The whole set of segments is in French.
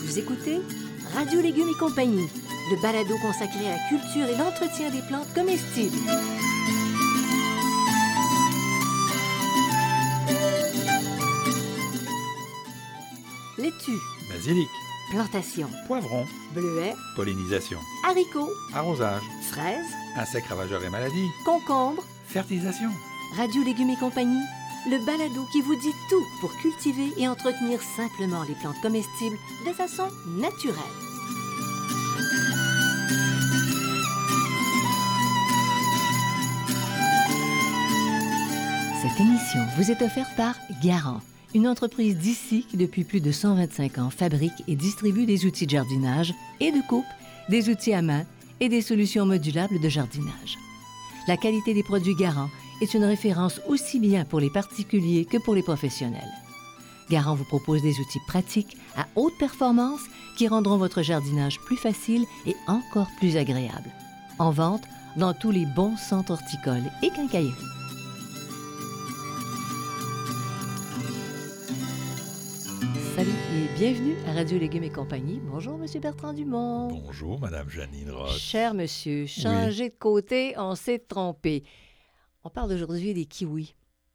Vous écoutez Radio Légumes et compagnie, le balado consacré à la culture et l'entretien des plantes comestibles. Laitue, basilic, plantation, poivron, bleuets, pollinisation, haricots, arrosage, fraises, insectes ravageurs et maladies, concombres. fertilisation. Radio Légumes et compagnie, le balado qui vous dit tout pour cultiver et entretenir simplement les plantes comestibles de façon naturelle. Cette émission vous est offerte par Garant, une entreprise d'ici qui, depuis plus de 125 ans, fabrique et distribue des outils de jardinage et de coupe, des outils à main et des solutions modulables de jardinage. La qualité des produits Garant est une référence aussi bien pour les particuliers que pour les professionnels. Garant vous propose des outils pratiques à haute performance qui rendront votre jardinage plus facile et encore plus agréable. En vente dans tous les bons centres horticoles et quincailleries. Salut et bienvenue à Radio Légumes et compagnie. Bonjour, Monsieur Bertrand Dumont. Bonjour, Madame Janine Roth. Cher monsieur, changez de côté, on s'est trompé. On parle aujourd'hui des kiwis.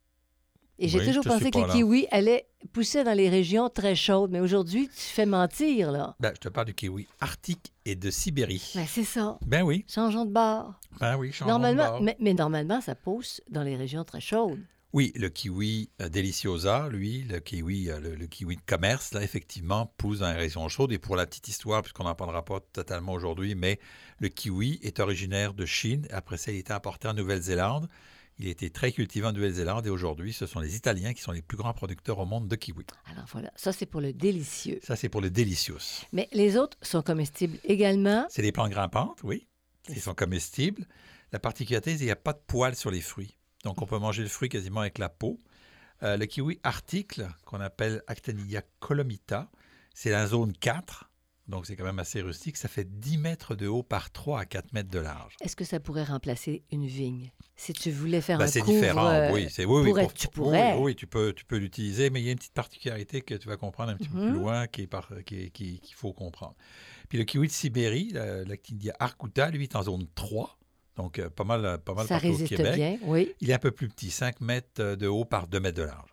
Et j'ai toujours pensé que les kiwis allaient pousser dans les régions très chaudes, mais aujourd'hui, tu fais mentir, là. Ben, je te parle du kiwi arctique et de Sibérie. Ben, c'est ça. Ben oui. Changeons de bord. Ben oui, changeons de bord. Mais normalement, ça pousse dans les régions très chaudes. Oui, le kiwi deliciosa, lui, le kiwi de commerce, là, effectivement, pousse dans les régions chaudes. Et pour la petite histoire, puisqu'on n'en parlera pas totalement aujourd'hui, mais le kiwi est originaire de Chine. Après ça, il a été importé en Nouvelle-Zélande. Il a été très cultivé en Nouvelle-Zélande et aujourd'hui, ce sont les Italiens qui sont les plus grands producteurs au monde de kiwi. Alors voilà, ça c'est pour le délicieux. Ça, c'est pour le delicious. Mais les autres sont comestibles également. C'est des plantes grimpantes, oui. Ils sont comestibles. La particularité, c'est qu'il n'y a pas de poils sur les fruits. Donc, on peut manger le fruit quasiment avec la peau. Le kiwi arctique, qu'on appelle Actinidia colomita, c'est la zone 4. Donc, c'est quand même assez rustique. Ça fait 10 mètres de haut par 3 à 4 mètres de large. Est-ce que ça pourrait remplacer une vigne? Si tu voulais faire un c'est couvre... différent, oui. Tu pourrais. Oui, tu peux l'utiliser, mais il y a une petite particularité que tu vas comprendre un petit peu plus loin qu'il faut comprendre. Puis le kiwi de Sibérie, l'Actinidia arcuta, lui, est en zone 3. Donc, pas mal ça partout au résiste Québec. bien, oui. Il est un peu plus petit, 5 mètres de haut par 2 mètres de large.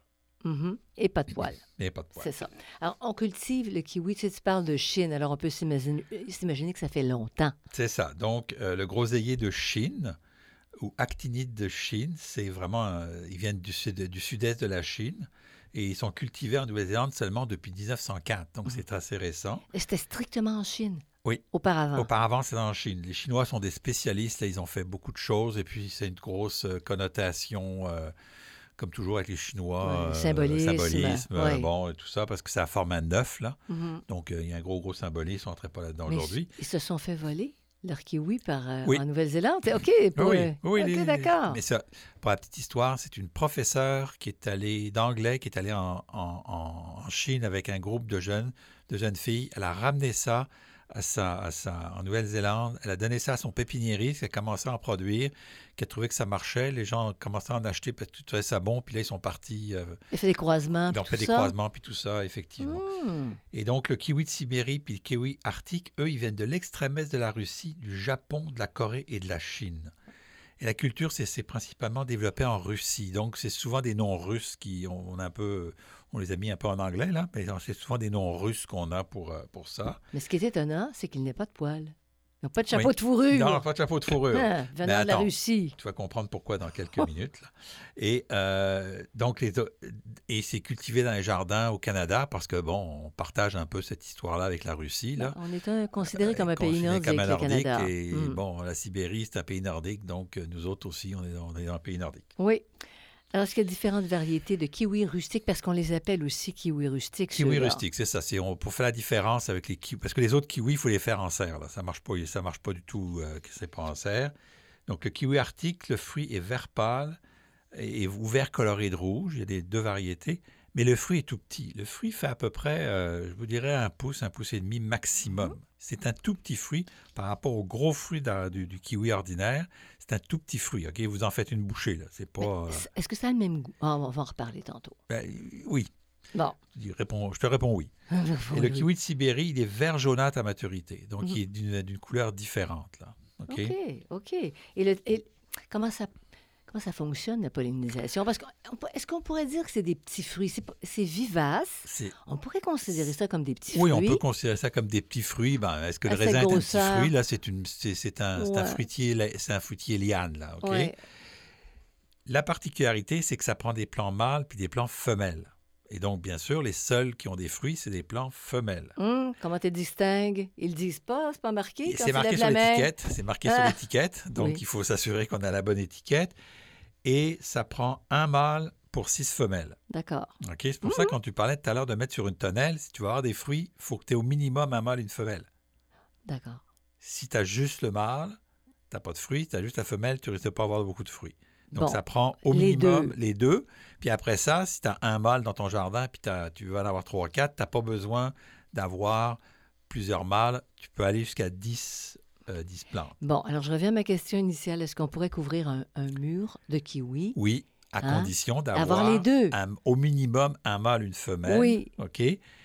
Et pas de poils. Et pas de poils. C'est ça. Alors, on cultive le kiwi. Tu sais, tu parles de Chine, alors on peut s'imaginer que ça fait longtemps. C'est ça. Donc, le groseillier de Chine, ou actinide de Chine, c'est vraiment... ils viennent du sud-est de la Chine et ils sont cultivés en Nouvelle-Zélande seulement depuis 1904. Donc, c'est assez récent. Et c'était strictement en Chine? Oui. Auparavant? Auparavant, c'est en Chine. Les Chinois sont des spécialistes. Là, ils ont fait beaucoup de choses et puis c'est une grosse connotation... comme toujours avec les Chinois, symbolisme, bon, et tout ça, parce que ça forme un œuf, là. Donc, il y a un gros symbolisme, on n'entrait pas là-dedans aujourd'hui. Ils se sont fait voler leur kiwi en Nouvelle-Zélande? OK, oui, d'accord. Mais ça, pour la petite histoire, c'est une professeure d'anglais qui est allée en Chine avec un groupe de jeunes filles. Elle a ramené ça en Nouvelle-Zélande. Elle a donné ça à son pépiniériste, qui a commencé à en produire, qui a trouvé que ça marchait. Les gens ont commencé à en acheter parce que tu trouvais ça bon, puis là, ils sont partis... Ils ont fait des croisements, Ils ont fait des croisements, puis tout ça, effectivement. Et donc, le kiwi de Sibérie puis le kiwi arctique, eux, ils viennent de l'extrême est de la Russie, du Japon, de la Corée et de la Chine. Et la culture, c'est principalement développé en Russie. Donc, c'est souvent des noms russes on les a mis un peu en anglais, là, mais c'est souvent des noms russes qu'on a pour ça. Mais ce qui est étonnant, c'est qu'il n'est pas de poils. Ils n'ont pas de chapeau de fourrure. Non, pas de chapeau de fourrure. Venant de la Russie. Tu vas comprendre pourquoi dans quelques minutes. Là. Et donc, c'est cultivé dans les jardins au Canada parce que, bon, on partage un peu cette histoire-là avec la Russie. Là. On est considéré comme un pays nordique, le Canada. Et bon, la Sibérie, c'est un pays nordique, donc nous autres aussi, on est dans un pays nordique. Oui. Alors, est-ce qu'il y a différentes variétés de kiwis rustiques? Parce qu'on les appelle aussi kiwis rustiques. Kiwis rustiques, c'est ça. Pour faire la différence avec les kiwis. Parce que les autres kiwis, il faut les faire en serre. Là. Ça ne marche pas du tout que c'est pas en serre. Donc, le kiwi arctique, le fruit est vert pâle ou vert coloré de rouge. Il y a deux variétés. Mais le fruit est tout petit. Le fruit fait à peu près, je vous dirais, un pouce et demi maximum. C'est un tout petit fruit par rapport au gros fruit du kiwi ordinaire. C'est un tout petit fruit. OK? Vous en faites une bouchée. Là. C'est pas. Est-ce que ça a le même goût? On va en reparler tantôt. Oui. Bon. Je te réponds oui. Et le kiwi de Sibérie, il est vert jaunâtre à maturité. Donc, il est d'une couleur différente. Là. OK. Et comment ça fonctionne, la pollinisation? Parce que est-ce qu'on pourrait dire que c'est des petits fruits? C'est vivace. On pourrait considérer ça comme des petits fruits. Oui, on peut considérer ça comme des petits fruits. Est-ce que le raisin est un petit fruit? Là, c'est un fruitier liane. Là, OK? Ouais. La particularité, c'est que ça prend des plants mâles puis des plants femelles. Et donc, bien sûr, les seuls qui ont des fruits, c'est des plants femelles. Comment tu distingues? Ils le disent pas, c'est pas marqué? C'est marqué sur l'étiquette. C'est marqué sur l'étiquette. Donc, il faut s'assurer qu'on a la bonne étiquette. Et ça prend un mâle pour 6 femelles. D'accord. OK? C'est pour ça, quand tu parlais tout à l'heure de mettre sur une tonnelle, si tu veux avoir des fruits, il faut que tu aies au minimum un mâle et une femelle. D'accord. Si tu as juste le mâle, tu n'as pas de fruits. Si tu as juste la femelle, tu risques de pas avoir beaucoup de fruits. Donc, ça prend au minimum les deux. Puis après ça, si tu as un mâle dans ton jardin puis tu veux en avoir 3 ou 4, tu n'as pas besoin d'avoir plusieurs mâles. Tu peux aller jusqu'à 10 plantes. Bon, alors je reviens à ma question initiale. Est-ce qu'on pourrait couvrir un mur de kiwi? Oui, à condition d'avoir les deux. Au minimum un mâle, une femelle. Oui. OK?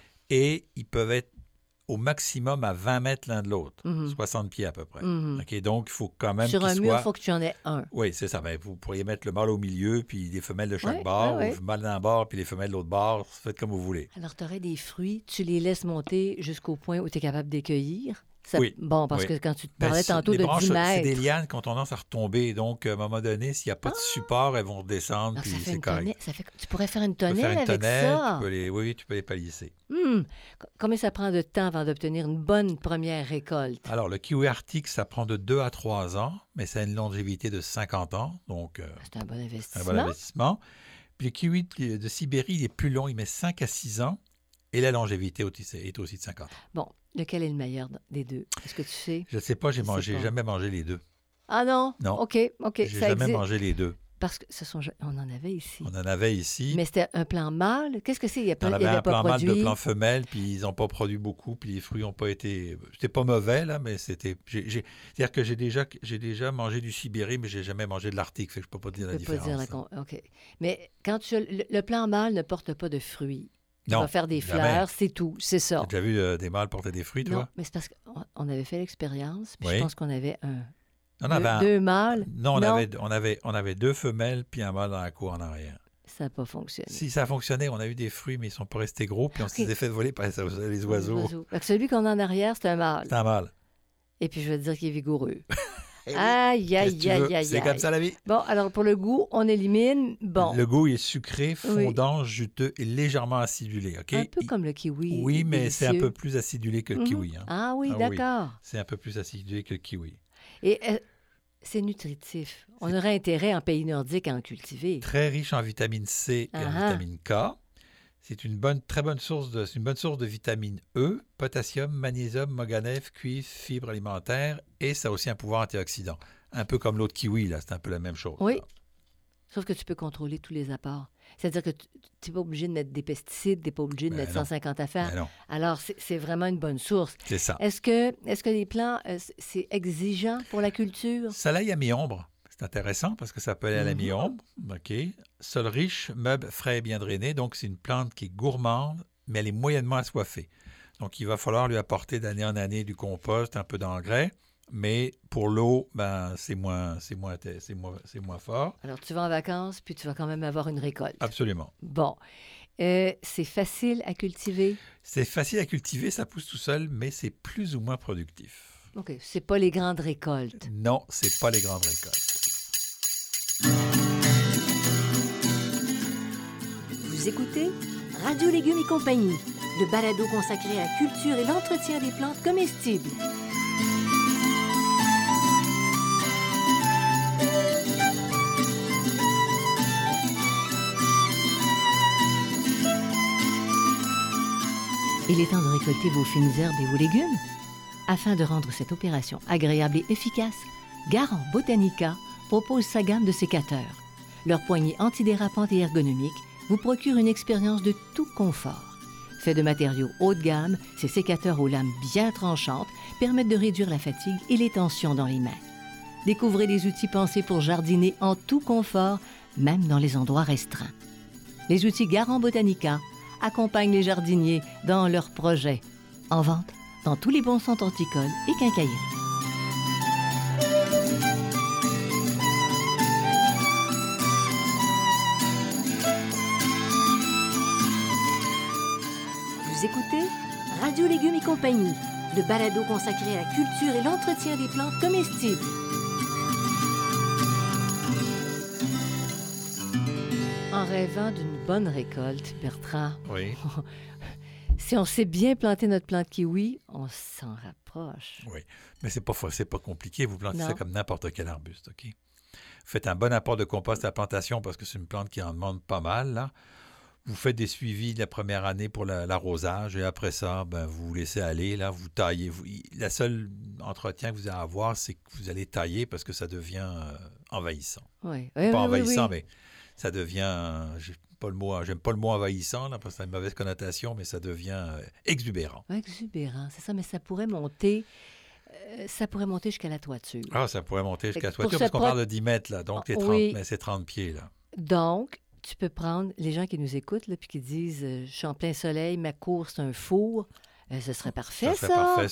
Et ils peuvent être au maximum à 20 mètres l'un de l'autre, 60 pieds à peu près. OK, donc, il faut quand même sur un mur, il faut que tu en aies un. Oui, c'est ça. Vous pourriez mettre le mâle au milieu, puis les femelles de chaque bord, ou le mâle d'un bord, puis les femelles de l'autre bord. Faites comme vous voulez. Alors, tu aurais des fruits, tu les laisses monter jusqu'au point où tu es capable d'écueillir. Oui. Bon, parce que quand tu te parlais tantôt de 10 mètres... C'est des lianes qui ont tendance à retomber. Donc, à un moment donné, s'il n'y a pas de support, elles vont redescendre, puis c'est correct. Tu pourrais faire une tonnelle avec ça? Tu peux les palisser. Combien ça prend de temps avant d'obtenir une bonne première récolte? Alors, le kiwi arctique, ça prend de 2 à 3 ans, mais ça a une longévité de 50 ans. Donc, c'est un bon investissement. Puis le kiwi de Sibérie, il est plus long, il met 5 à 6 ans. Et la longévité est aussi de 50 ans. Bon, lequel est le meilleur des deux? Est-ce que tu sais? Je ne sais pas, j'ai jamais mangé les deux. Ah non? Non. OK. J'ai jamais mangé les deux. Parce que on en avait ici. On en avait ici. Mais c'était un plant mâle. Qu'est-ce que c'est? Il y avait un plant mâle, 2 plants femelles, puis ils n'ont pas produit beaucoup, puis les fruits n'ont pas été... C'était pas mauvais, là, mais c'était... C'est-à-dire que j'ai déjà mangé du Sibérie, mais j'ai jamais mangé de l'Arctique, fait que je peux pas dire la différence. OK. Mais quand le plant mâle ne porte pas de fruits. Il va faire des jamais. fleurs, c'est tout, c'est ça. Tu as déjà vu des mâles porter des fruits, toi? Non, mais c'est parce qu'on avait fait l'expérience, puis je pense qu'on avait deux mâles. Non, on avait 2 femelles puis un mâle dans la cour en arrière. Ça n'a pas fonctionné. Si, ça a fonctionné. On a eu des fruits, mais ils ne sont pas restés gros, puis on s'est fait voler par les oiseaux. Donc, celui qu'on a en arrière, c'est un mâle. C'est un mâle. Et puis, je veux dire qu'il est vigoureux. Aïe. C'est comme ça la vie. Bon, alors pour le goût, on élimine. Bon. Le goût est sucré, fondant, juteux et légèrement acidulé. Okay? Un peu comme le kiwi. Oui, mais c'est un peu plus acidulé que le kiwi. Hein. Ah oui, d'accord. Oui. C'est un peu plus acidulé que le kiwi. Et c'est nutritif. On aurait intérêt en pays nordique à en cultiver. Très riche en vitamine C et en vitamine K. C'est une très bonne source de vitamine E, potassium, magnésium, manganèse, cuivre, fibres alimentaires, et ça a aussi un pouvoir antioxydant. Un peu comme l'autre kiwi, là, c'est un peu la même chose. Oui, là. Sauf que tu peux contrôler tous les apports. C'est-à-dire que tu n'es pas obligé de mettre des pesticides, tu n'es pas obligé de mettre 150 affaires. Alors, c'est vraiment une bonne source. C'est ça. Est-ce que les plants, c'est exigeant pour la culture? Ça l'aille à mi-ombre. C'est intéressant parce que ça peut aller à la mi-ombre. OK. Sol riche, meuble frais et bien drainé. Donc, c'est une plante qui est gourmande, mais elle est moyennement assoiffée. Donc, il va falloir lui apporter d'année en année du compost, un peu d'engrais. Mais pour l'eau, c'est moins fort. Alors, tu vas en vacances, puis tu vas quand même avoir une récolte. Absolument. Bon. C'est facile à cultiver? C'est facile à cultiver, ça pousse tout seul, mais c'est plus ou moins productif. OK. C'est pas les grandes récoltes. Non, c'est pas les grandes récoltes. Vous écoutez Radio Légumes et compagnie, le balado consacré à la culture et l'entretien des plantes comestibles. Il est temps de récolter vos fines herbes et vos légumes. Afin de rendre cette opération agréable et efficace, Garant Botanica propose sa gamme de sécateurs. Leur poignée antidérapante et ergonomique vous procure une expérience de tout confort. Fait de matériaux haut de gamme, ces sécateurs aux lames bien tranchantes permettent de réduire la fatigue et les tensions dans les mains. Découvrez les outils pensés pour jardiner en tout confort, même dans les endroits restreints. Les outils Garant Botanica, accompagnent les jardiniers dans leurs projets. En vente dans tous les bons centres horticoles et quincailleries. Vous écoutez Radio Légumes et compagnie, le balado consacré à la culture et l'entretien des plantes comestibles. En rêvant d'une bonne récolte, Bertrand, Oui. si on sait bien planter notre plante kiwi, on s'en rapproche. Oui, mais c'est pas compliqué. Vous plantez Non. ça comme n'importe quel arbuste, OK? Faites un bon apport de compost à la plantation parce que c'est une plante qui en demande pas mal, là. Vous faites des suivis la première année pour l'arrosage et après ça, vous laissez aller, là, vous taillez. La seule entretien que vous allez avoir, c'est que vous allez tailler parce que ça devient envahissant. Oui. Pas envahissant, oui. mais ça devient... J'aime pas le mot envahissant, là, parce que ça a une mauvaise connotation, mais ça devient exubérant. Exubérant, c'est ça, mais ça pourrait monter jusqu'à la toiture. Ah, ça pourrait monter jusqu'à la Pour toiture, ce parce qu'on parle de 10 mètres, là, donc oui. mais c'est 30 pieds, là. Donc, tu peux prendre les gens qui nous écoutent, là, puis qui disent je suis en plein soleil, ma cour, c'est un four. Ce serait parfait, ça. Ça serait parfait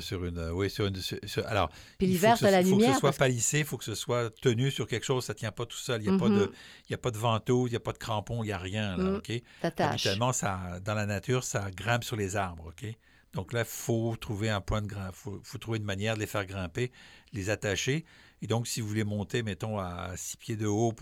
alors, puis l'hiver, tu as la lumière. Il faut que ce soit palissé, il faut que ce soit tenu sur quelque chose, ça ne tient pas tout seul. Il n'y a pas de ventouse, il n'y a pas de crampon, il n'y a rien, là, OK? Habituellement, dans la nature, ça grimpe sur les arbres, OK? Donc là, il faut trouver un point de faut trouver une manière de les faire grimper, les attacher. Et donc, si vous voulez monter, mettons, à 6 pieds de haut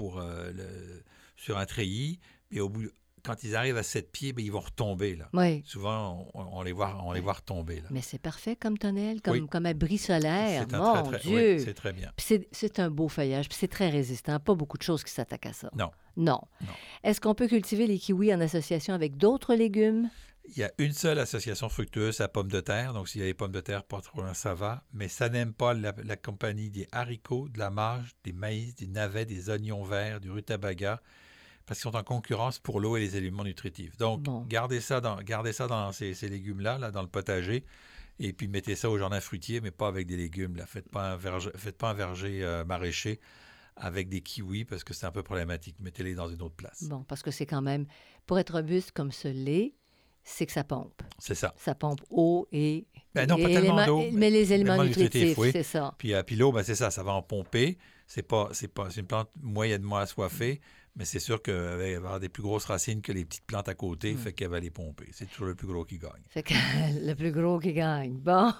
sur un treillis, et au bout, quand ils arrivent à 7 pieds, ils vont retomber, là. Oui. Souvent, on les voit retomber, là. Mais c'est parfait comme tonnelle, comme abri solaire. Mon Dieu! Oui, c'est très bien. Puis c'est un beau feuillage, puis c'est très résistant. Pas beaucoup de choses qui s'attaquent à ça. Non. Est-ce qu'on peut cultiver les kiwis en association avec d'autres légumes? Il y a une seule association fructueuse, c'est la pomme de terre. Donc, s'il y a les pommes de terre, pas trop loin, ça va. Mais ça n'aime pas la compagnie des haricots, de la mâche, des maïs, des navets, des oignons verts, du rutabaga, parce qu'ils sont en concurrence pour l'eau et les éléments nutritifs. Donc, gardez ça dans ces légumes-là, là, dans le potager, et puis mettez ça au jardin fruitier, mais pas avec des légumes. Là. Faites pas un verger maraîcher avec des kiwis, parce que c'est un peu problématique. Mettez-les dans une autre place. Bon, parce que c'est quand même, pour être robuste comme ce l'est, c'est que ça pompe. C'est ça. Ça pompe eau et... Non, pas tellement d'eau. Mais les éléments nutritifs, oui. c'est ça. Puis l'eau, c'est ça va en pomper. C'est une plante moyennement assoiffée, mais c'est sûr qu'elle va avoir des plus grosses racines que les petites plantes à côté, fait qu'elle va les pomper. C'est toujours le plus gros qui gagne. Fait que le plus gros qui gagne. Bon.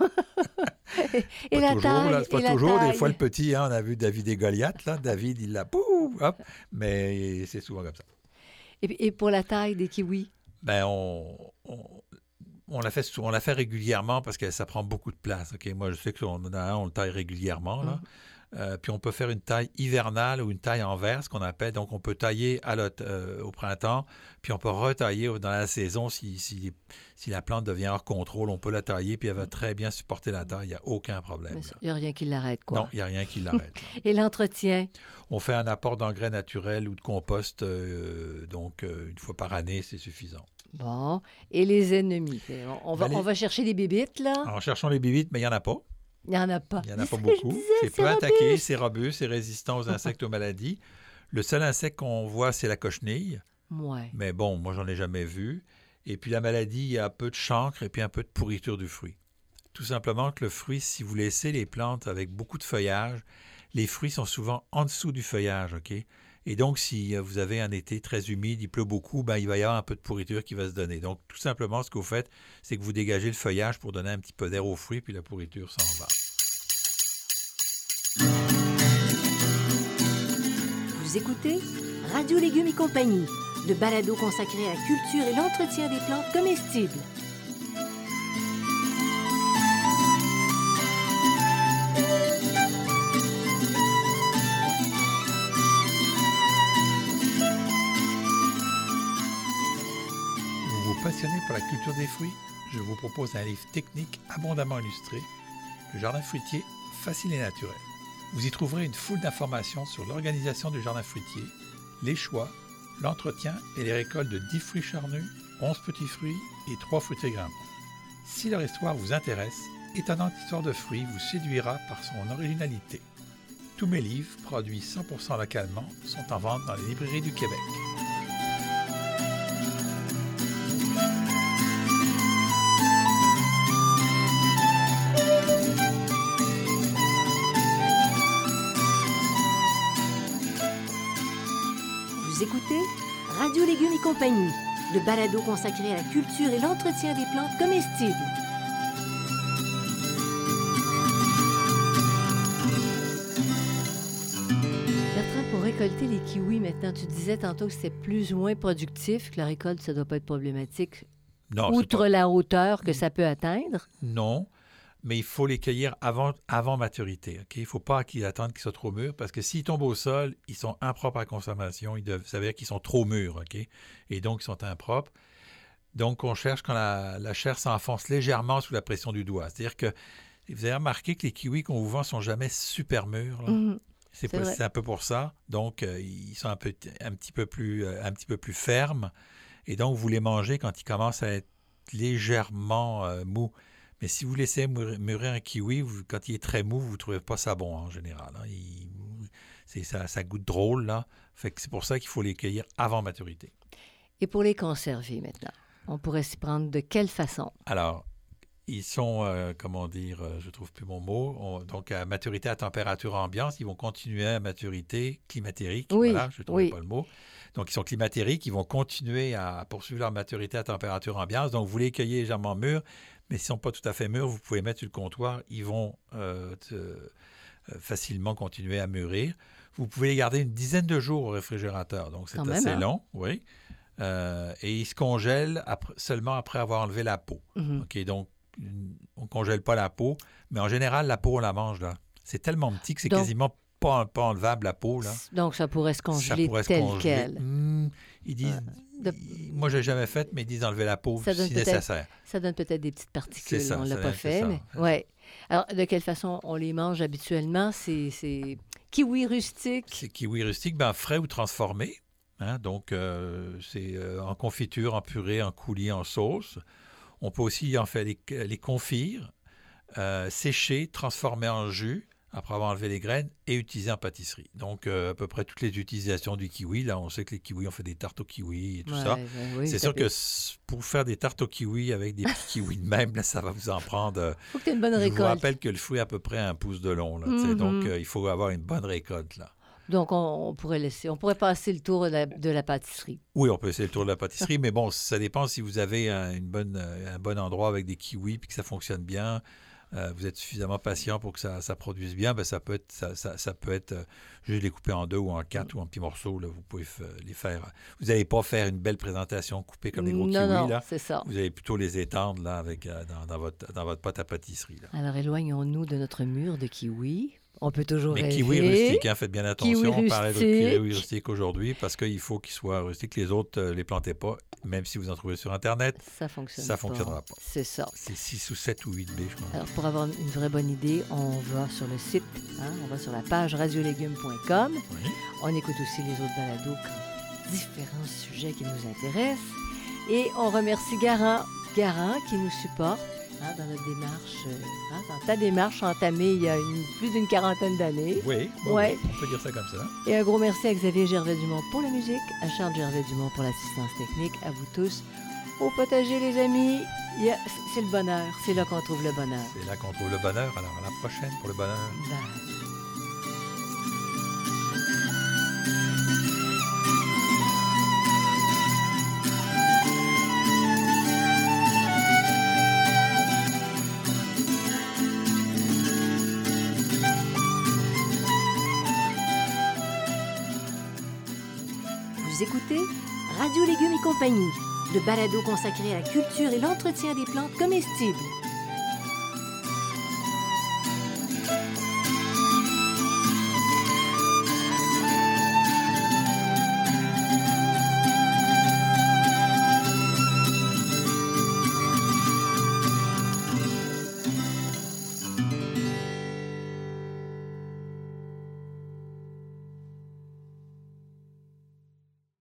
Et pas la taille. C'est pas toujours. Des fois, le petit, on a vu David et Goliath, là. David, il l'a, pouf, hop, mais c'est souvent comme ça. Et pour la taille des kiwis? On la fait régulièrement parce que ça prend beaucoup de place. Okay? Moi, je sais qu'on le taille régulièrement, là. Puis on peut faire une taille hivernale ou une taille en verre, ce qu'on appelle. Donc, on peut tailler au printemps, puis on peut retailler dans la saison si la plante devient hors contrôle. On peut la tailler, puis elle va très bien supporter la taille. Il n'y a aucun problème. Il n'y a rien qui l'arrête, quoi. Non, il n'y a rien qui l'arrête. Et l'entretien? On fait un apport d'engrais naturel ou de compost, une fois par année, c'est suffisant. Bon. Et les ennemis? On va chercher des bébites, là? En cherchant les bébites, mais il n'y en a pas. Il n'y en a pas. Il n'y en a pas beaucoup. C'est peu attaqué, c'est robuste, c'est résistant aux insectes, aux maladies. Le seul insecte qu'on voit, c'est la cochenille. Ouais. Mais bon, moi, j'en ai jamais vu. Et puis la maladie, il y a un peu de chancre et puis un peu de pourriture du fruit. Tout simplement que le fruit, si vous laissez les plantes avec beaucoup de feuillage, les fruits sont souvent en dessous du feuillage, OK? Et donc, si vous avez un été très humide, il pleut beaucoup, il va y avoir un peu de pourriture qui va se donner. Donc, tout simplement, ce que vous faites, c'est que vous dégagez le feuillage pour donner un petit peu d'air aux fruits, puis la pourriture s'en va. Vous écoutez Radio Légumes et compagnie, le balado consacré à la culture et l'entretien des plantes comestibles. Passionné par la culture des fruits, je vous propose un livre technique abondamment illustré, Le jardin fruitier, facile et naturel. Vous y trouverez une foule d'informations sur l'organisation du jardin fruitier, les choix, l'entretien et les récoltes de 10 fruits charnus, 11 petits fruits et 3 fruitiers grimpants. Si leur histoire vous intéresse, Étonnante histoire de fruits vous séduira par son originalité. Tous mes livres, produits 100% localement, sont en vente dans les librairies du Québec. Radio Légumes et compagnie, le balado consacré à la culture et l'entretien des plantes comestibles. Bertrand, pour récolter les kiwis maintenant, tu disais tantôt que c'était plus ou moins productif, que la récolte, ça ne doit pas être problématique, Non, outre la hauteur que ça peut atteindre. Non, mais il faut les cueillir avant maturité. Ok? Il ne faut pas qu'ils attendent qu'ils soient trop mûrs, parce que s'ils tombent au sol, ils sont impropres à la consommation. Ça veut dire qu'ils sont trop mûrs, ok? Et donc ils sont impropres. Donc on cherche quand la chair s'enfonce légèrement sous la pression du doigt. C'est-à-dire que vous avez remarqué que les kiwis qu'on vous vend ne sont jamais super mûrs. Là. Mhm. C'est un peu pour ça. Donc ils sont un petit peu plus fermes. Et donc vous les mangez quand ils commencent à être légèrement mous. Mais si vous laissez mûrir un kiwi, quand il est très mou, vous ne trouvez pas ça bon en général. Hein. Ça goûte drôle, là. Fait que c'est pour ça qu'il faut les cueillir avant maturité. Et pour les conserver maintenant, on pourrait s'y prendre de quelle façon? Alors, ils sont, je ne trouve plus mon mot, donc à maturité à température ambiante, ils vont continuer à maturité climatérique. Oui, voilà, je ne trouvais pas le mot. Donc, ils sont climatériques, ils vont continuer à poursuivre leur maturité à température ambiante. Donc, vous les cueillez légèrement mûrs, mais s'ils ne sont pas tout à fait mûrs, vous pouvez mettre sur le comptoir, ils vont facilement continuer à mûrir. Vous pouvez les garder une dizaine de jours au réfrigérateur, donc c'est assez long, oui. Et ils se congèlent seulement après avoir enlevé la peau. Mm-hmm. OK, donc, on ne congèle pas la peau, mais en général, la peau, on la mange, là. C'est tellement petit que c'est quasiment pas enlevable, la peau, là. Donc, ça pourrait se congeler quel. Ils disent... Moi, je l'ai jamais fait, mais ils disent enlever la peau si nécessaire. Ça donne peut-être des petites particules. Ça, on ne l'a pas fait, mais... Ouais. Alors, de quelle façon on les mange habituellement? C'est kiwi rustique? C'est kiwi rustique, frais ou transformé. Hein? Donc, c'est en confiture, en purée, en coulis, en sauce. On peut aussi en faire les confire, sécher, transformer en jus, après avoir enlevé les graines, et utiliser en pâtisserie. Donc, à peu près toutes les utilisations du kiwi. Là, on sait que les kiwis, on fait des tartes au kiwi et tout ça. Oui, c'est sûr que pour faire des tartes au kiwi avec des petits kiwis de même, là, ça va vous en prendre... faut que tu aies une bonne récolte. Je vous rappelle que le fruit a à peu près 1 pouce de long. Là, donc, il faut avoir une bonne récolte, là. Donc, on pourrait passer le tour de la pâtisserie. Oui, on peut essayer le tour de la pâtisserie, mais bon, ça dépend si vous avez un bon endroit avec des kiwis et que ça fonctionne bien. Vous êtes suffisamment patient pour que ça produise bien, ça peut être juste les couper en 2 ou en 4 ou en petits morceaux. Là, vous pouvez les faire. Vous n'allez pas faire une belle présentation coupée comme des gros kiwis. Là. C'est ça. Vous allez plutôt les étendre là, dans votre pâte à pâtisserie. Là. Alors, éloignons-nous de notre mur de kiwis. On peut toujours rêver. Kiwi rustique, hein, faites bien attention. On parlait de kiwi rustique aujourd'hui parce qu'il faut qu'ils soient rustiques. Les autres, les plantez pas, même si vous en trouvez sur Internet. Ça ne fonctionnera pas. C'est ça. C'est 6 ou 7 ou 8 B, je crois. Alors, pour avoir une vraie bonne idée, on va sur le site, on va sur la page radiolégumes.com. Oui. On écoute aussi les autres balados, différents sujets qui nous intéressent. Et on remercie Garant qui nous supporte. Dans notre démarche, dans ta démarche entamée il y a plus d'une 40aine d'années. Oui, on peut dire ça comme ça. Et un gros merci à Xavier Gervais-Dumont pour la musique, à Charles Gervais-Dumont pour l'assistance technique, à vous tous. Au potager, les amis, c'est le bonheur. C'est là qu'on trouve le bonheur. C'est là qu'on trouve le bonheur. Alors, à la prochaine pour le bonheur. Bye. Vous écoutez Radio Légumes et compagnie, le balado consacré à la culture et l'entretien des plantes comestibles.